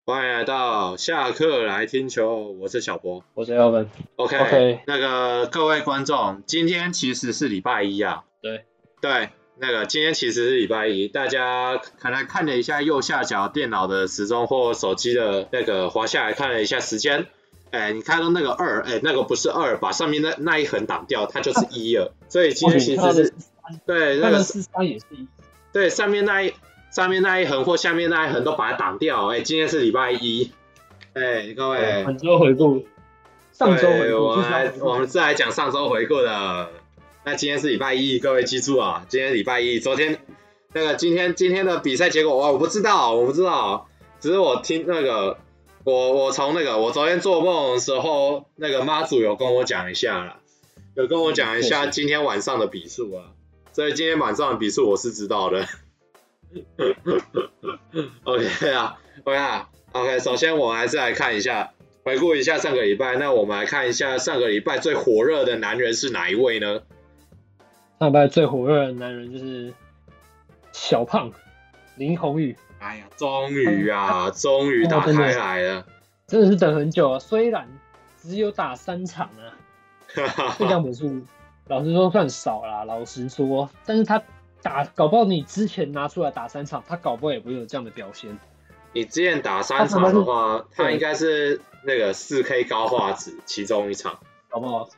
欢迎来到下课来听球，我是小波。 我是 Elvin。 OK，那个各位观众，今天其实是礼拜一啊。对，那个今天其实是礼拜一，大家可能看了一下右下角电脑的时钟或手机的那个滑下来看了一下时间，你看到那个2，那个不是2，把上面那一横挡掉，它就是1了。所以今天其实是对那个 13也是1。 对，上面那一横或下面那一横都把它挡掉。今天是礼拜一。各位， 本周回顾，上周回顾， 我们是来讲上周回顾的。那今天是礼拜一，各位记住啊，今天礼拜一。昨天那个今天的比赛结果，我不知道，只是我听那个我从那个我昨天做梦的时候，那个妈祖有跟我讲一下啦，有跟我讲一下今天晚上的比数啊，所以今天晚上的比数我是知道的。OK， 首先我们还是来看一下，回顾一下上个礼拜。那我们来看一下上个礼拜最火热的男人是哪一位呢？ 上礼拜最火热的男人就是小胖林泓育。 哎呀，终于打开来了， 真的是等很久啊！虽然只有打3场啊，这样本数老实说算少啦，但是他搞不好你之前拿出来打3场，他搞不好也不会有这样的表现。 你之前打3场的话，他应该是那个4K 高画质其中一场， 搞不好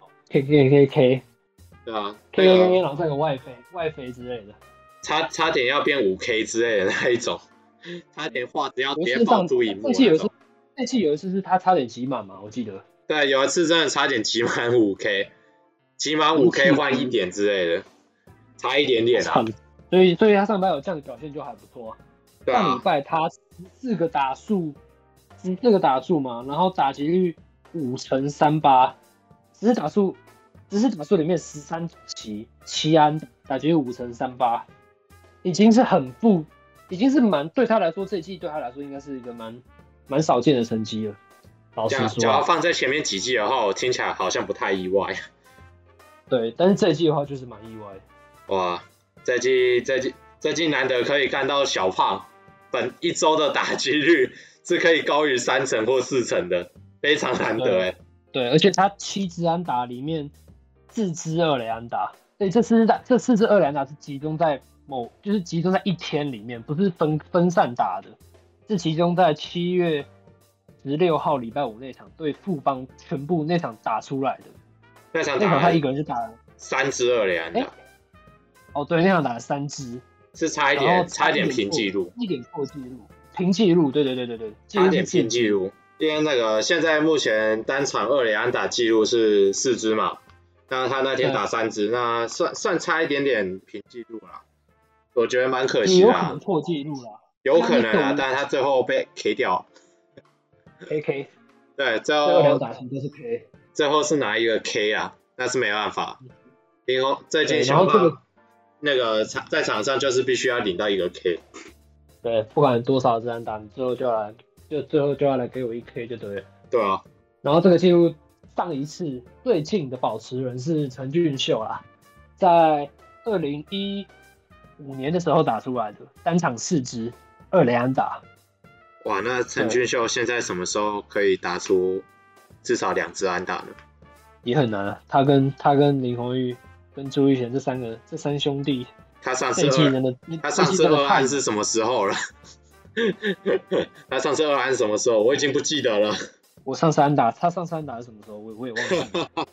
K。 对啊 ，K 然后再个外飞之类的， 差点要变5K 之类的那一种，差点画质要直接爆出荧幕。 那期有一次是他差点挤满嘛，我记得。 对，有一次真的差点挤满 5K， 挤满 5K 换1点之类的，差一点点啊。 所以他上礼拜有这样的表现就还不错啊。上礼拜他14个打数嘛，然后打击率5成38，只是打数里面13击7安，打击率5成38，已经是对他来说这一季对他来说应该是一个蛮少见的成绩了。老实说， 只要放在前面几季的话，我听起来好像不太意外。 对，但是这一季的话就是蛮意外的。 哇，这季难得可以看到小胖本一周的打击率是可以高于3成或4成的，非常难得。 对，而且他7支安打里面4支2垒安打，对，这4支2垒安打是集中在一天里面，不是分散打的，是集中在7月16号礼拜五那场对富邦全部那场打出来的。那场他一个人就打了 3支2垒安打。 对，那场打了3支， 是差一点平纪录， 一点破纪录，平纪录，对， 差一点平纪录。因为那个现在目前单场2垒安打纪录是4支嘛，那他那天打3支，那算差一点点平纪录啦，我觉得蛮可惜的。 有可能破纪录啦， 有可能啊，但是他最后被 K 掉。 K， 对，最后2打席都是 K， 最后是拿一个 K 啊，那是没办法。最近小胖那个在场上就是必须要领到一个 K。 对，不管多少支安打，你最后就要来给我1 K 就对了。 对啊。 然后这个记录上一次最近的保持人是陈俊秀啦，在2015年的时候打出来的，单场4支2垒安打。 哇，那陈俊秀现在什么时候可以打出至少2支安打呢？ 也很难啊，他跟林泓育跟朱一贤这三兄弟， 他上次2安是什么时候了？他上次2安是什么时候？我已经不记得了。 他上次安打是什么时候？我也忘记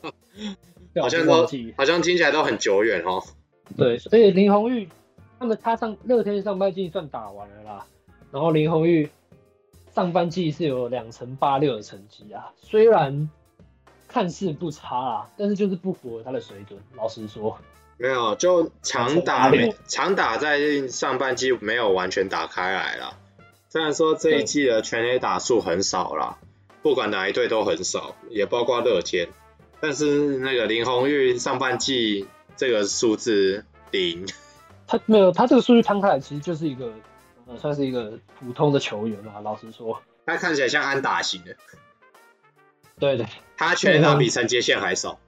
了。 好像听起来都很久远哦。 对，所以林泓育他乐天上半季算打完了啦，然后林泓育上半季是有2成86的成绩啊，虽然看似不差啦，但是就是不符合他的水准。老实说， 没有，就强打在上半季没有完全打开来啦。虽然说这一季的全垒打数很少啦，不管哪一队都很少，也包括乐天。但是那个林泓育上半季这个数字0， 他没有，他这个数据摊开来其实就是一个算是一个普通的球员啦。老实说， 他看起来像安打型的。 对， 他全垒打比陈杰宪还少。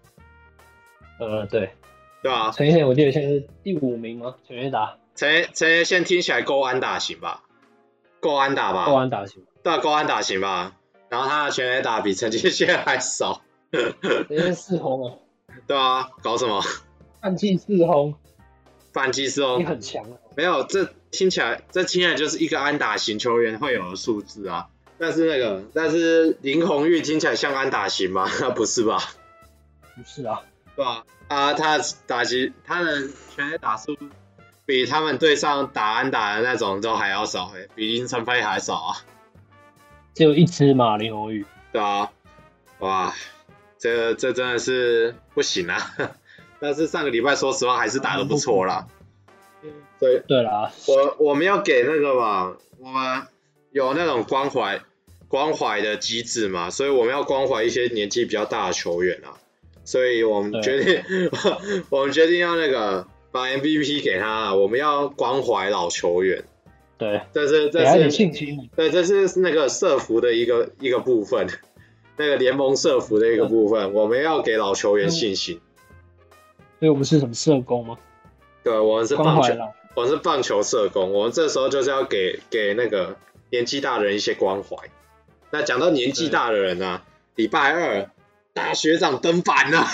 对啊， 陈杰宪我记得现在是第5名吗？全垒打。 陈杰宪听起来够安打型吧？够安打吧？ 够安打型。 对啊，够安打型吧。然后他的全垒打比陈杰宪还少。 直接4轰了。 对啊，搞什么？ 半季4轰。 半季4轰。 你很强啊。 没有，这听起来就是一个安打型球员会有的数字啊。但是林泓育听起来像安打型吗？不是吧？ 不是啊。 对啊，他的打击，他的全垒打数比他们队上打安打的那种都还要少，比林承飞还少啊。 只有1支嘛，林泓育。 对啊，哇，这真的是不行啊。但是上个礼拜说实话还是打得不错啦。 对啦， 我们要给那个嘛，我们有那种关怀的机制嘛，所以我们要关怀一些年纪比较大的球员啊。所以我们决定要那个把 MVP 给他，我们要关怀老球员。 对， 这是信心。 对，这是那个社服的一个部分，那个联盟社服的一个部分，我们要给老球员信心。 所以我们是什么社工吗？ 对，我们是棒球社工，我们这时候就是要给那个年纪大的人一些关怀。那讲到年纪大的人啊，礼拜2大学长登板了。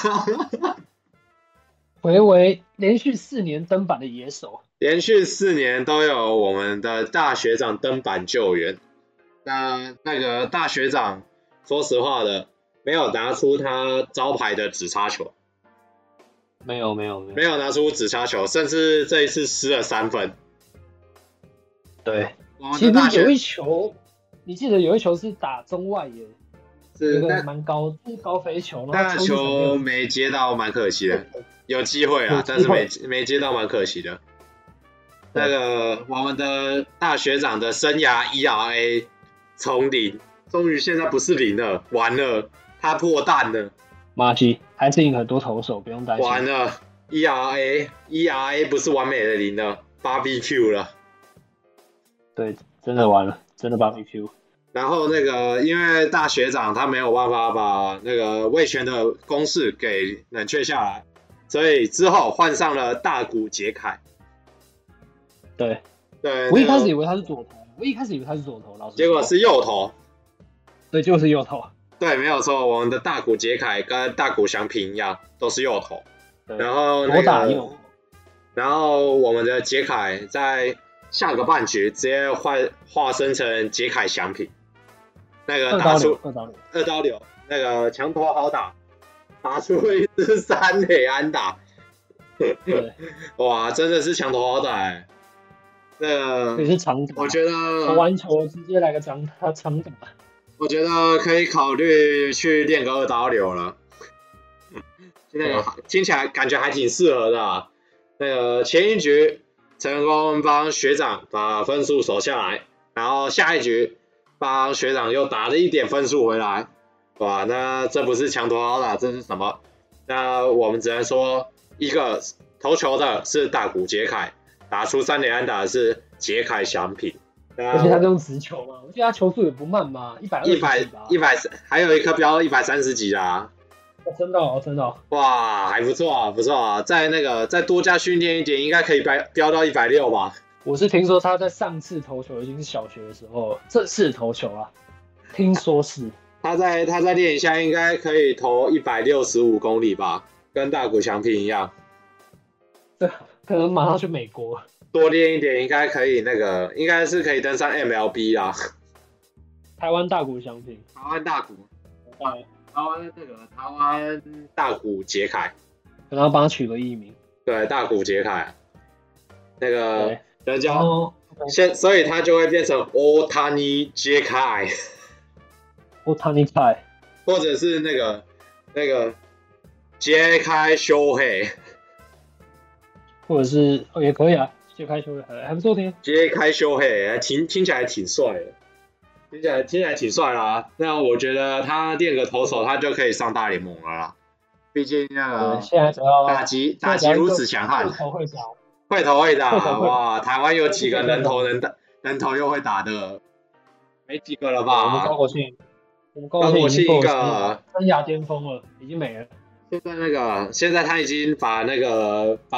回为连续4年登板的野手， 连续4年都有我们的大学长登板救援。那个大学长，说实话的，没有拿出他招牌的指叉球， 没有拿出指叉球，甚至这一次失了3分。 对，其实有一球，你记得有一球是打中外野，是那个蛮高，是高飞球， 那球没接到，蛮可惜的。有机会啊，但是没接到，蛮可惜的。那个我们的大学长的生涯 ERA 从0，终于现在不是0了，完了，他破蛋了。 马基还是赢很多投手，不用担心。 完了 ，ERA 不是完美的0了 ，BBQ 了。 对，真的完了，真的 BBQ。 然后那个，因为大学长他没有办法把那个味全的攻势给冷却下来。所以之后换上了大谷杰凯。 对，我一开始以为他是左投，老师。 结果是右投。 对，就是右投。 对，没有错，我们的大谷杰凯跟大谷翔平一样，都是右投。然后左打右。 然后我们的杰凯在下个半局直接化身成杰凯翔平，那个打出2刀流，那个强投好打。打出一支3垒安打，哇，真的是强投好打也是长打， 我觉得投完球直接来个长打。 我觉得可以考虑去练个2刀流了。那个听起来感觉还挺适合的啊。那个前一局成功帮学长把分数守下来，然后下一局帮学长又打了一点分数回来。哇，那这不是强投好打，这是什么？那我们只能说，一个投球的是大谷杰凯，打出3垒安打的是杰凯翔平。 而且他是用直球嘛，我记得他球速也不慢嘛，100， 还有一颗飙130几啦。 真的。 哇，还不错啊，再多加训练一点，应该可以飙到160吧。 我是听说他在上次投球已经是小学的时候正式投球啊，听说是。 他再练一下，应该可以投165公里吧，跟大谷翔平一样。 对，可能马上去美国。 多练一点，应该可以应该是可以登上 MLB 啦。 台湾大谷翔平。 台湾大谷杰凯。 可能要帮他取个艺名。 对，大谷杰凯。那个人家所以他就会变成 Otani 杰凯。 Otani Kai， 或者是那个揭开修黑， 或者是也可以啊，揭开修黑还不错听。 揭开修黑听起来挺帅的，听起来挺帅啦。那我觉得他练个投手，他就可以上大联盟了啦。毕竟那个现在只要打击如此强悍，会投会打，哇！台湾有几个能投又会打的，没几个了吧？ 我们高国庆一个生涯巅峰了，已经没了。 现在他已经把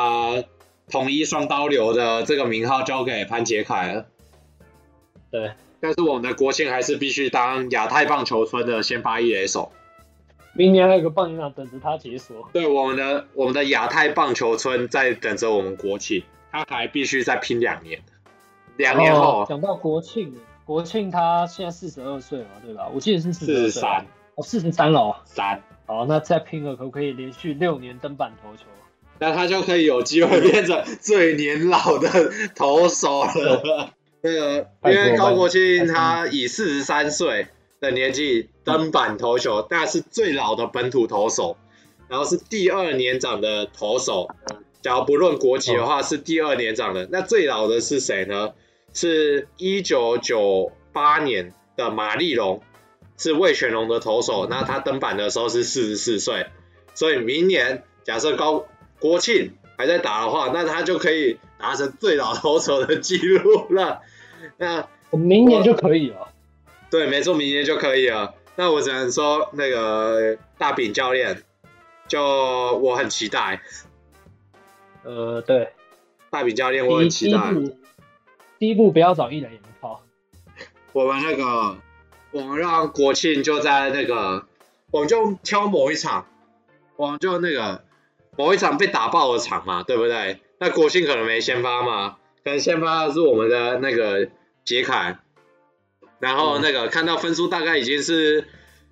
统一双刀流的这个名号交给潘杰凯了。 对， 但是我们的国庆还是必须当亚太棒球村的先发一垒手。 明年还有个棒球场等着他解锁。 对，我们的亚太棒球村在等着我们国庆，他还必须再拼2年。2年后， 讲到国庆他现在42岁嘛，对吧？我记得是 43。 哦，43了。 3。 好，那再拼了，可不可以连续6年登板投球？ 那他就可以有机会变成最年老的投手了。那个，因为高国庆他以43岁的年纪登板投球，那是最老的本土投手，然后是第2年长的投手。假如不论国籍的话，是第2年长的。那最老的是谁呢？是1998年的马立龙，是味全龙的投手。那他登板的时候是44岁，所以明年假设国庆还在打的话，那他就可以达成最老投手的记录了。那我明年就可以了。 对，没错，明年就可以了。那我只能说，那个大饼教练，就我很期待。 对， 大饼教练我很期待。 第一步不要找一人赢炮。 我们让国庆就在我们就挑某一场，我们就某一场被打爆的场嘛，对不对？那国庆可能没先发嘛，可能先发的是我们的杰凯，然后看到分数大概已经是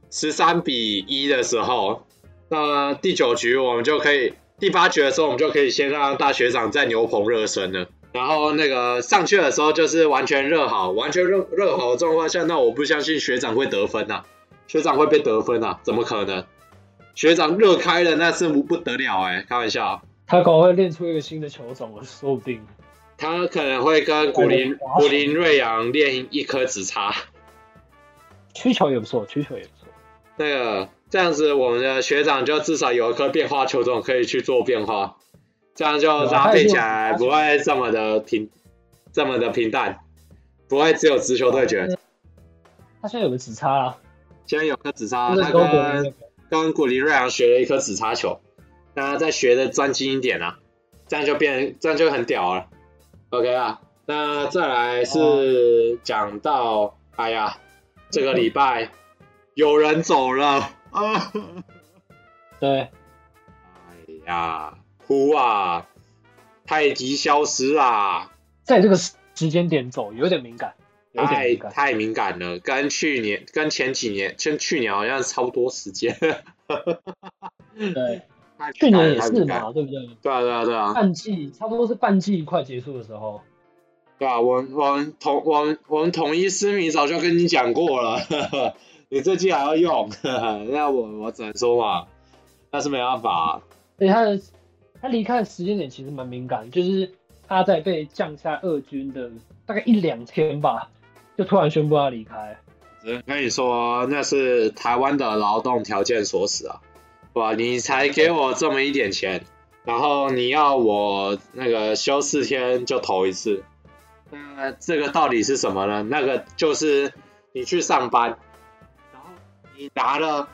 13-1的时候，那第9局我们就可以，第8局的时候我们就可以先让大学长在牛棚热身了。然后上去的时候就是完全热好的状况下，那我不相信学长会得分啊，学长会被得分啊，怎么可能？学长热开了那是不得了开玩笑。 他可能会练出一个新的球种了，说不定。 他可能会跟古林瑞阳练一颗直插。 曲球也不错。 这样子我们的学长就至少有一颗变化球种可以去做变化。这样就搭配起来不会这么的平淡，不会只有直球对决。 他现在有个直插啦， 现在有颗直插，他跟古林瑞阳学了一颗直插球，那他再学的专精一点啊，这样就很屌了。OK 啊，那再来是讲到，哎呀，这个礼拜有人走了啊， 对， 哎呀。哭啊！太极消失啊！ 在这个时间点走有点敏感， 太敏感了，跟去年好像差不多时间。 对，去年也是嘛，对不对？ 对啊。 半季差不多是半季快结束的时候。 对啊，我们统一狮迷早就跟你讲过了，你这季还要用，那我只能说嘛，那是没办法。 所以他离开的时间点其实蛮敏感，就是他在被降下2军的大概1-2天吧，就突然宣布要离开。 只能跟你说，那是台湾的劳动条件所使啊！哇，你才给我这么一点钱，然后你要我休4天就投一次，那这个道理是什么呢？就是你去上班，然后你拿了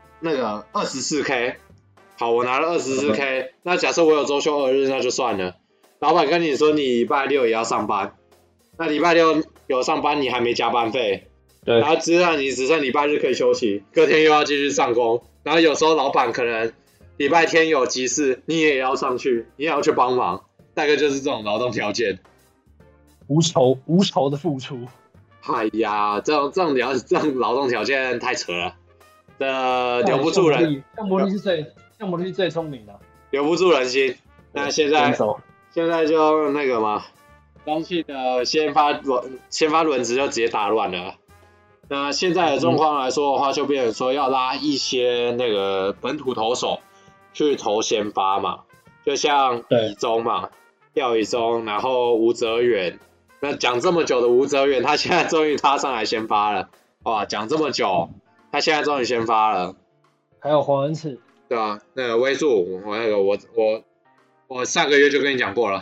24K。好，我拿了24K，那假设我有周休2日，那就算了。老板跟你说你礼拜6也要上班，那礼拜6有上班，你还没加班费， 对， 然后只剩礼拜日可以休息，隔天又要继续上工，然后有时候老板可能礼拜天有急事，你也要上去，你也要去帮忙，大概就是这种劳动条件， 无酬的付出。 哎呀，这种劳动条件太扯了，留不住人。 像魔力是最聪明的， 留不住人心。那现在就嘛，中信的先发轮值就直接打乱了。那现在的状况来说的话，就变成说要拉一些本土投手去投先发嘛，就像以中嘛，廖以中，然后吴哲源。那讲这么久的吴哲源，他现在终于踏上来先发了。哇，讲这么久，他现在终于先发了。 还有黄恩赐。 对啊，威助，我上个月就跟你讲过了。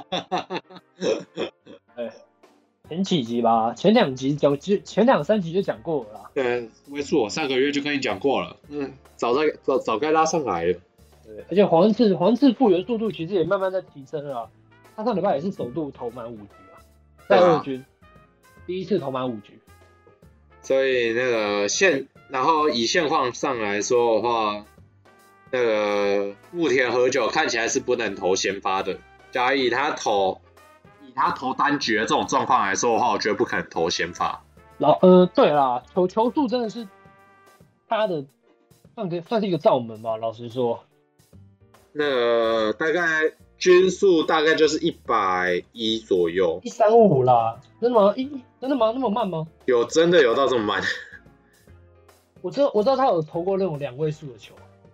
对，前几集吧，前2集前2-3集就讲过了啦。 对，威助我上个月就跟你讲过了，早该拉上来了。 对，而且黄恩赐复原速度其实也慢慢在提升了，他上礼拜也是首度投满5局啊，在2军。 第一次投满5局。 所以那个然后以现况上来说的话，那个牧田和久看起来是不能投先发的。假如以他投单局的这种状况来说的话，我觉得不可能投先发。 对啦，球速真的是他的算是一个罩门吧。老实说， 那个大概均速大概就是110左右 135啦。真的吗？真的吗？那么慢吗？ 真的有到这么慢？ 我知道他有投过那种2位数的球。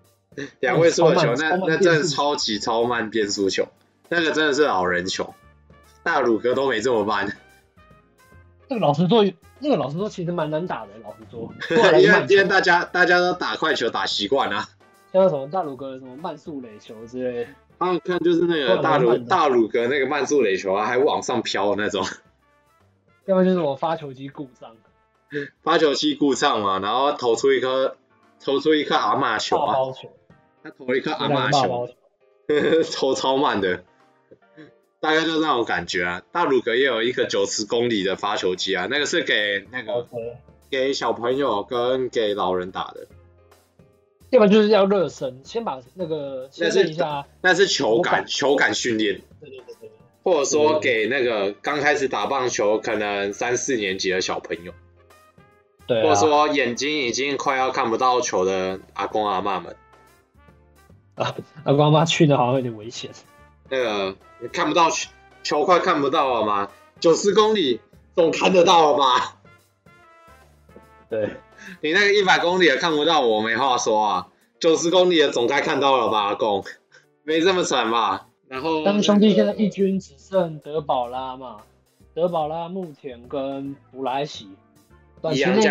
2位数的球，那真的超慢变速球，那个真的是老人球，大鲁格都没这么慢。 那个老实说其实蛮难打的，老实说。 因为大家都打快球打习惯了， 像什么大鲁格什么慢速垒球之类的。 他们看就是那个大鲁格那个慢速垒球啊，还往上飘的那种。 要不然就是我发球机故障。 发球机故障嘛，然后投出一颗阿嬷球啊。他投了一颗阿嬷球，投超慢的。大概就是那种感觉啊。大鲁格也有一个90公里的发球机啊，那个是给小朋友跟给老人打的。 要不然就是要热身，先把那个先练一下。 那是球感训练。 对。 或者说给那个刚开始打棒球可能3、4年级的小朋友。 对。 或者说眼睛已经快要看不到球的阿公阿嬷们。 阿公阿嬷去的好像有点危险。 那个你看不到球快看不到了吗？90公里总看得到了吧？ 对， 你那个100公里的看不到，我没话说啊。90公里的总该看到了吧，阿公？没这么惨吧？然后， 但是兄弟现在一军只剩德保拉嘛，德保拉、牧田跟弗莱喜，短期内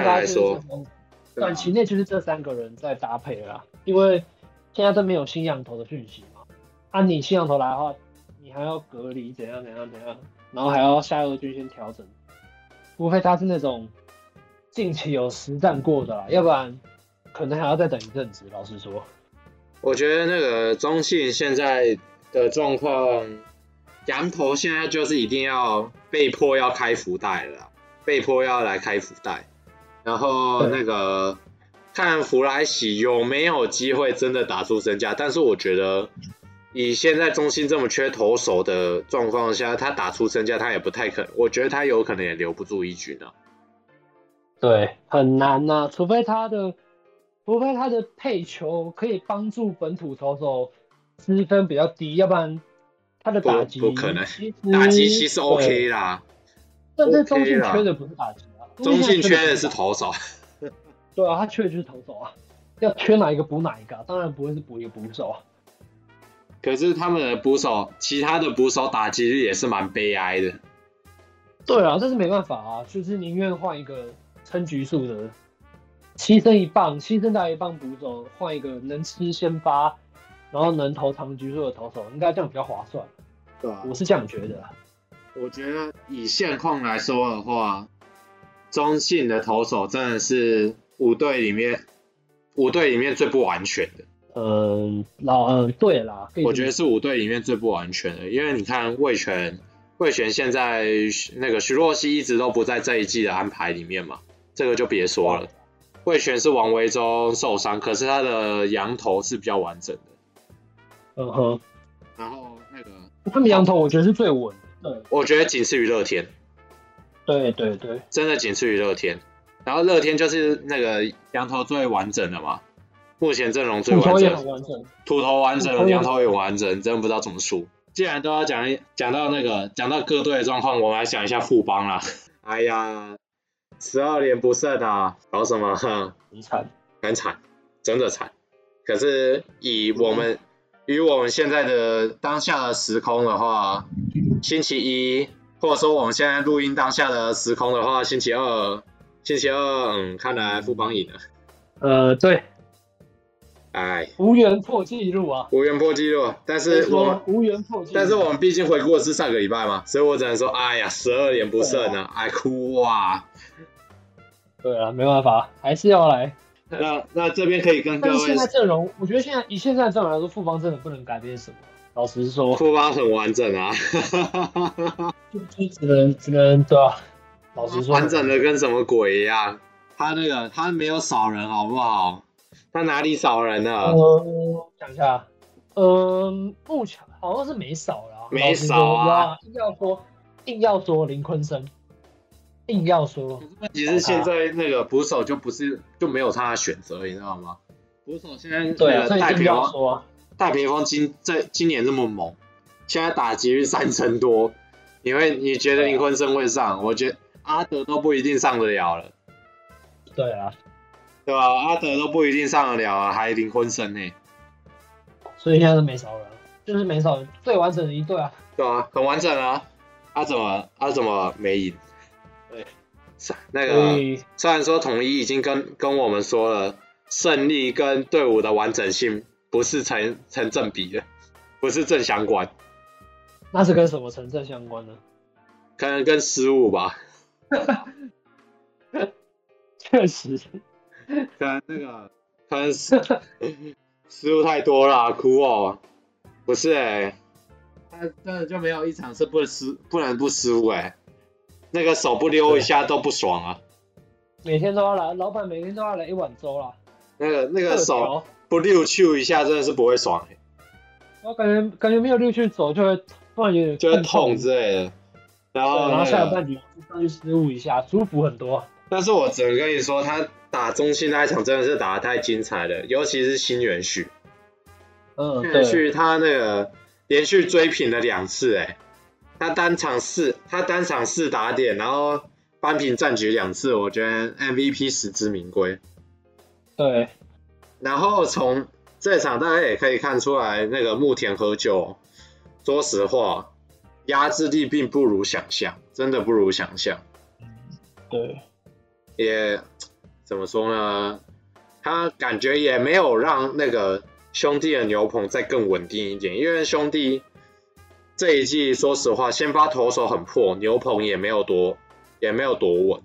就是这3个人在搭配了啦，因为现在都没有新洋投的讯息嘛。你新洋投来的话，你还要隔离怎样，然后还要下2军先调整，除非他是那种近期有实战过的啦，要不然可能还要再等一阵子。老实说， 我觉得那个中信现在的状况，洋投现在就是一定要被迫要开福袋了啦，被迫要来开福袋，然后那个看弗莱喜有没有机会真的打出身价，但是我觉得以现在中信这么缺投手的状况下，他打出身价他也不太可能，我觉得他有可能也留不住一军啊。 对，很难啊，除非他的配球可以帮助本土投手失分比较低，要不然他的打击不可能，打击其实 OK 啦。 但是中信缺的不是打击啊， 中信缺的是投手。 对啊，他缺的就是投手啊，要缺哪一个补哪一个当然不会是补一个捕手啊。 可是他们的捕手，其他的捕手打击率也是蛮悲哀的。 对啊，这是没办法啊，就是宁愿换一个撑局数的，牺牲掉一棒捕手，换一个能吃先发，然后能投长局数的投手，应该这样比较划算。 对啊， 我是这样觉得。 我觉得以现况来说的话，中信的投手真的是5队里面最不完全的。 对啦， 我觉得是5队里面最不完全的，因为你看味全现在那个徐若曦一直都不在这一季的安排里面嘛，这个就别说了。味全是王维洲受伤，可是他的洋投是比较完整的。然后那个他们洋投我觉得是最稳的， 我觉得仅次于乐天。 对， 真的仅次于乐天。然后乐天就是那个洋投最完整的嘛。目前阵容最完整，土头完整，洋投也完整，真的不知道怎么输。既然都要讲到各队的状况，我们来想一下富邦啦。哎呀，12连不胜啊，搞什么？很惨，真的惨。可是以我们现在的当下的时空的话，星期一，或者说我们现在录音当下的时空的话，星期二，看来富邦赢了。对。无缘破纪录啊！ 但是我们毕竟回顾的是上个礼拜嘛，所以我只能说，哎呀，12连不胜啊，哭啊！ 对啊，没办法，还是要来。 那这边可以跟各位， 现在阵容，我觉得以现在阵容来说，富邦真的不能改变什么。老实说， 富邦很完整啊， 就只能对啊。 老实说， 完整的跟什么鬼一样。他没有少人好不好？他哪里少人了？ 想一下，目前好像是没少啦， 没少啊。 硬要说林坤生，硬要说。 问题是现在那个捕手就没有他的选择，你知道吗？捕手现在对啊， 戴培峰今年这么猛，现在打击率3成多，你觉得林坤生会上？我觉得阿德都不一定上得了了。 对啊， 对吧？阿德都不一定上得了啊，还林坤生呢。 所以现在是没少人，就是没少人，最完整的一队啊。 对啊，很完整啊。怎么没赢？对，那个虽然说统一已经跟我们说了，胜利跟队伍的完整性不是成正比的，不是正相关。 那是跟什么成正相关呢？ 可能跟失误吧。 确实， 可能失误太多了，哭哦。不是他真的就没有一场是不能不失误那个手不溜一下都不爽啊。 每天都要来，老板每天都要来一碗粥啦。 那个手不溜去一下真的是不会爽我感觉没有溜去走就会突然有点就会痛之类的。然后下半局上去失误一下，舒服很多。 但是我只能跟你说，他打中信那一场真的是打得太精彩了，尤其是新元旭。新元旭他那个连续追平了2次他单场4打点，然后扳平战局2次，我觉得 MVP 实至名归。 对。 然后从这场大家也可以看出来，那个木田和久，说实话，压制力并不如想象，真的不如想象。 对。 也怎么说呢？他感觉也没有让那个兄弟的牛棚再更稳定一点，因为兄弟这一季说实话，先发投手很破，牛棚也没有多稳。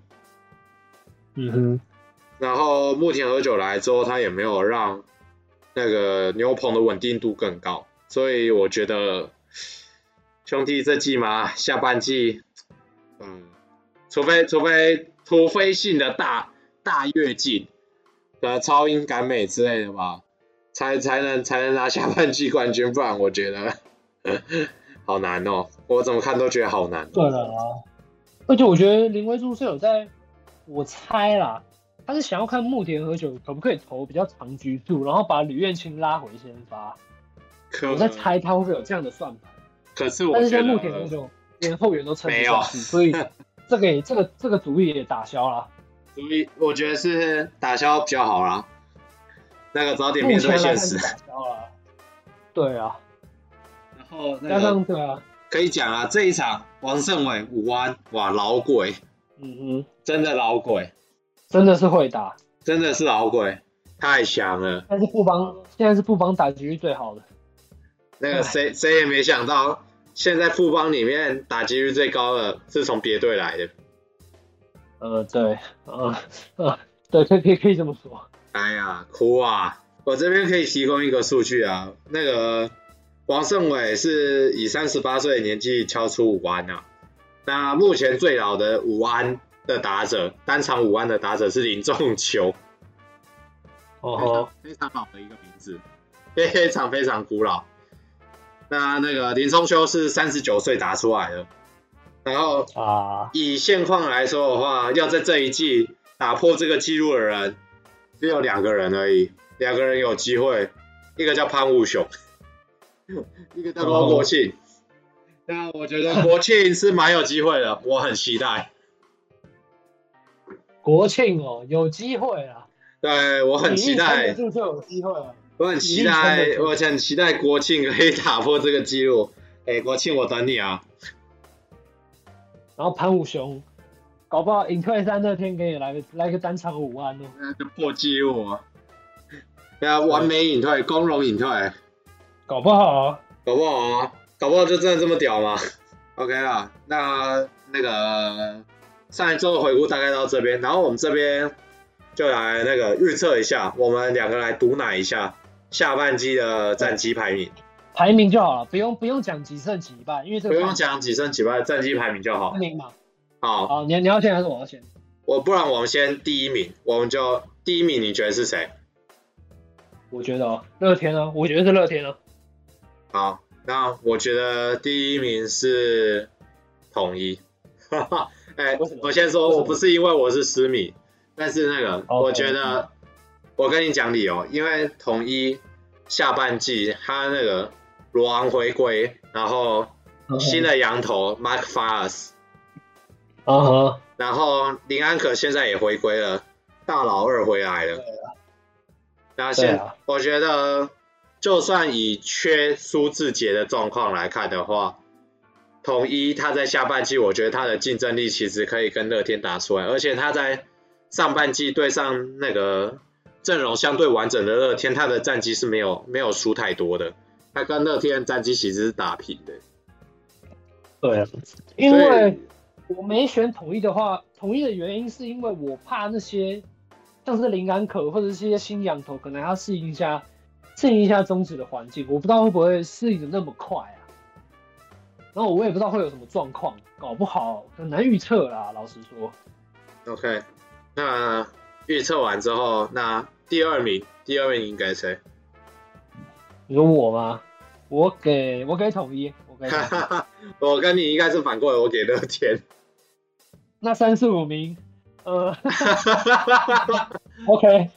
然后木田和久来之后，他也没有让那个牛棚的稳定度更高，所以我觉得兄弟这季嘛，下半季，除非突飞性的大跃进，超英赶美之类的吧，才能拿下半季冠军，不然我觉得好难哦，我怎么看都觉得好难。 对了啊，而且我觉得林威柱是有我猜啦，他是想要看木田和久可不可以投比较长局数，然后把吕彦青拉回先发。我在猜他会不会有这样的算盘。 可是我但是现在木田和久连后援都撑不下去，所以这个主意也打消了。 主意我觉得是打消比较好啦，那个早点面对现实。 打消了。对啊。 然后加上对啊， 可以讲啊，这一场王胜伟5安，哇，老鬼。真的老鬼。 真的是会打。 真的是老鬼，太强了。 现在是富邦打击率最好的。 那个谁也没想到，现在富邦里面打击率最高的是从别队来的。 对，对，可以这么说。 哎呀，哭啊！我这边可以提供一个数据啊，那个王胜伟是以38岁的年纪敲出5安啊。那目前最老的5安的打者，单场5安的打者是林仲秋。非常好的一个名字，非常非常古老。那个林仲秋是39岁打出来的。然后以现况来说的话，要在这一季打破这个纪录的人只有2个人而已，2个人有机会，一个叫潘武雄，一个叫国庆。那我觉得国庆是蛮有机会的，我很期待。 国庆有机会啊！ 对，我很期待。 就有机会了。 我很期待国庆可以打破这个纪录。国庆我等你啊！ 然后潘武雄，搞不好引退赛那天给你来个单场5安哦， 那就破纪录啊！对啊，完美引退，光荣引退， 搞不好就真的这么屌吗 ？OK 啦，那个上一周的回顾大概到这边，然后我们这边就来那个预测一下，我们2个来毒奶一下下半季的战绩排名。 排名就好了，不用讲几胜几败，因为这个不用讲几胜几败，战绩排名就好。 好， 你要先还是我要先？ 不然我们先第1名，我们就第1名，你觉得是谁？ 我觉得乐天啊，我觉得是乐天啊。 好，那我觉得第1名是统一。我先说，不是因为我是狮迷，但是那个我觉得，我跟你讲理由，因为统一下半季他那个罗昂回归，然后新的洋头 Mark Fires，然后林安可现在也回归了，大老二回来了。那我觉得，就算以缺苏智杰的状况来看的话，统一他在下半季，我觉得他的竞争力其实可以跟乐天打出来，而且他在上半季对上那个阵容相对完整的乐天，他的战绩是没有输太多的，他跟乐天战绩其实是打平的。 对，因为我没选统一的话，统一的原因是因为我怕那些像是林安可或者是些新洋头，可能要适应一下中职的环境，我不知道会不会适应的那么快啊。然后我也不知道会有什么状况，搞不好很难预测啦。老实说。 OK， 那预测完之后，那第二名应该谁？ 你说我吗？我给统一， 我跟你应该是反过来，我给乐天。 那35名，OK，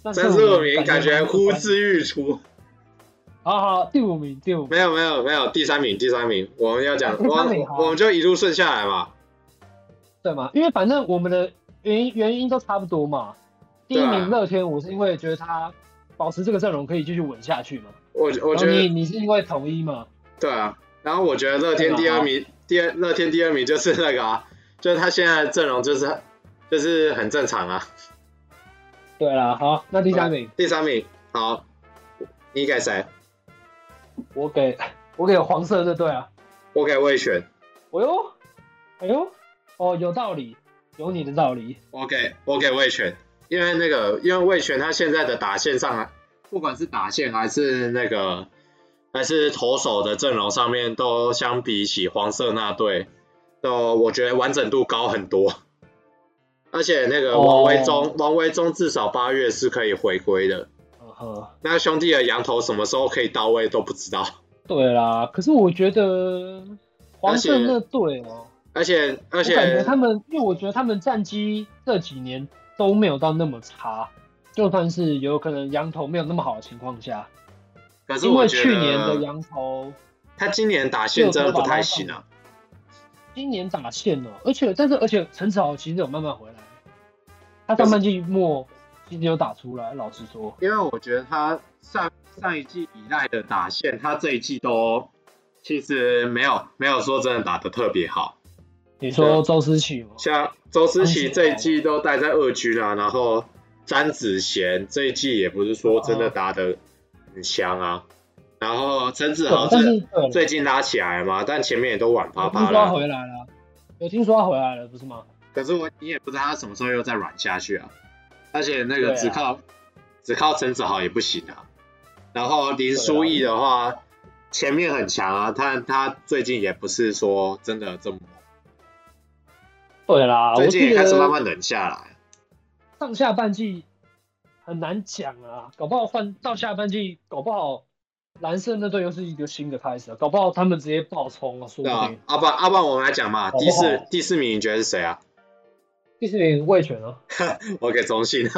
35名感觉呼之欲出。 好，第五名， 没有，第三名，我们要讲，我们就一路顺下来嘛， 对嘛？因为反正我们的原因都差不多嘛。第1名乐天，我是因为觉得他保持这个阵容可以继续稳下去嘛。 我觉得你是因为统一嘛？ 对啊，然后我觉得乐天第2名，乐天第2名就是那个啊，就是他现在的阵容就是很正常啊。 对啦，好，那第3名， 好，你给谁？ 我给黄色这队啊， 我给味全。 哎呦，哦，有道理，有你的道理。 我给味全，因为味全他现在的打线上，不管是打线还是投手的阵容上面，都相比起黄色那队，都我觉得完整度高很多。而且那个王维忠至少8月是可以回归的。那兄弟的羊头什么时候可以到位都不知道。 对啦，可是我觉得黄色那队而且我感觉他们，因为我觉得他们战绩这几年都没有到那么差，就算是有可能羊头没有那么好的情况下， 可是我觉得因为去年的羊头， 他今年打线真的不太行啊。 今年打线而且陈子豪其实有慢慢回来，他上半季末其实有打出来，老实说。 因为我觉得他上一季以来的打线，他这一季都其实没有说真的打得特别好。 你说周思齐吗？ 像周思齐这一季都待在2军啊，然后詹子贤这一季也不是说真的打得很香啊。然后陈子豪是最近拉起来嘛，但前面也都软趴趴了。 听说他回来了，有听说他回来了，不是吗？ 可是你也不知道他什么时候又再软下去啊。而且那个只靠陈子豪也不行啊。然后林书义的话，前面很强啊，他最近也不是说真的这么。 对啦， 最近也开始慢慢冷下来。 上下半季很难讲啊，搞不好换到下半季，搞不好蓝色那队又是一个新的开始，搞不好他们直接爆冲啊，说不定。 阿爸，我们来讲嘛，第四名你觉得是谁啊？ 第4名味全啊。 我给中信。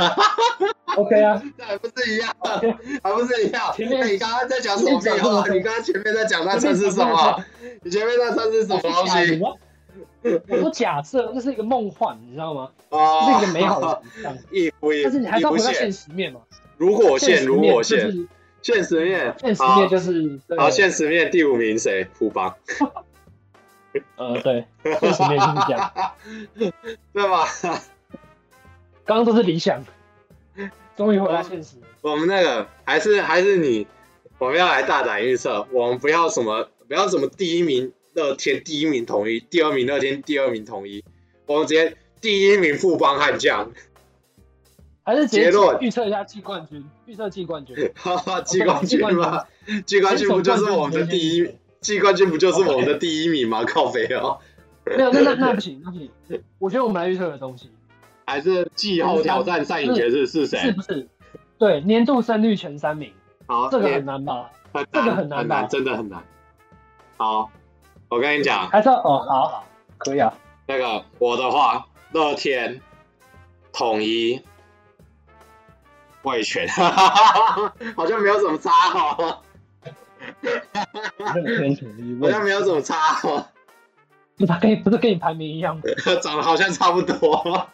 OK 啊， 这还不是一样？还不是一样？你刚刚在讲什么屁话？你刚刚前面在讲那称是什么？你前面那称是什么东西？ 我说假设，这是一个梦幻，你知道吗？这是一个美好的想象。但是你还是要回到现实面嘛。 如果线，现实面， 现实面就是好，现实面第5名谁？富邦。 对，现实面就是这样， 对吧？ 刚刚都是理想，终于回到现实。 我们那个还是你，我们要来大胆预测，我们不要什么第1名乐天，第1名统一，第2名乐天，第2名统一，我们直接第1名富邦悍将。 还是直接预测一下季冠军，季冠军。 季冠军吗？季冠军不就是我们的第1？季冠军不就是我们的第1名吗？靠北哦。 没有，那不行，我觉得我们来预测的东西， 还是季后挑战赛赢爵士是谁？ 是不是？对，年度胜率前3名。 好， 这个很难吧？这个很难吧？ 真的很难。好，我跟你讲， 还是好，可以啊。 那个我的话，乐天、统一、味全，好像没有什么差哦。 乐天、统一、 好像没有什么差哦。 不是跟你排名一样吗？ 长得好像差不多。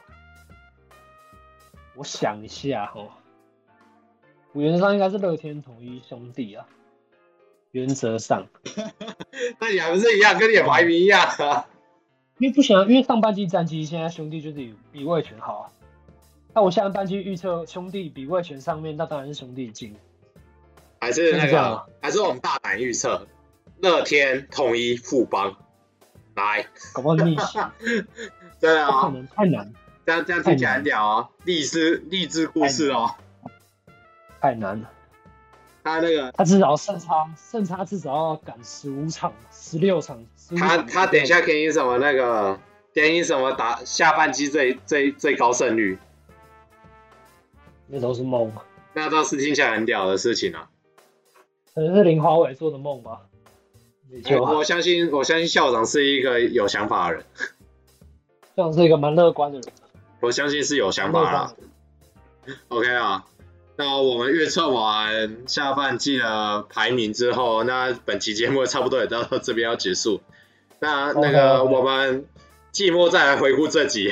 我想一下哦，原则上应该是乐天统一兄弟啊，原则上。 那你还不是一样，跟你的排名一样啊？ 因为不行啊，因为上半季战绩现在兄弟就是比味全好啊。那我下半季预测兄弟比味全上面，那当然是兄弟进。 还是那个，还是我们大胆预测，乐天、统一、富邦，来， 搞不好逆袭。 真的啊， 可能太难。 这样听起来很屌哦，励志故事哦。 太难了。 他那个， 他至少胜差至少要赶15场、16场。 他等一下给你什么那个，给你什么打下半季最高胜率？ 那都是梦。 那倒是听起来很屌的事情啊。 可能是林华伟做的梦吧。 我相信校长是一个有想法的人。 校长是一个蛮乐观的人。 我相信是有想法啦。OK 啊，那我们预测完下半季的排名之后，那本期节目差不多也到这边要结束。那个我们季末再来回顾这集。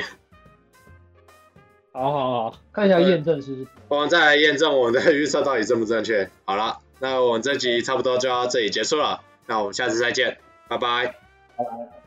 好，看一下验证是不是？ 我们再来验证我们的预测到底正不正确。好了，那我们这集差不多就到这里结束了。那我们下次再见，拜拜。 拜拜。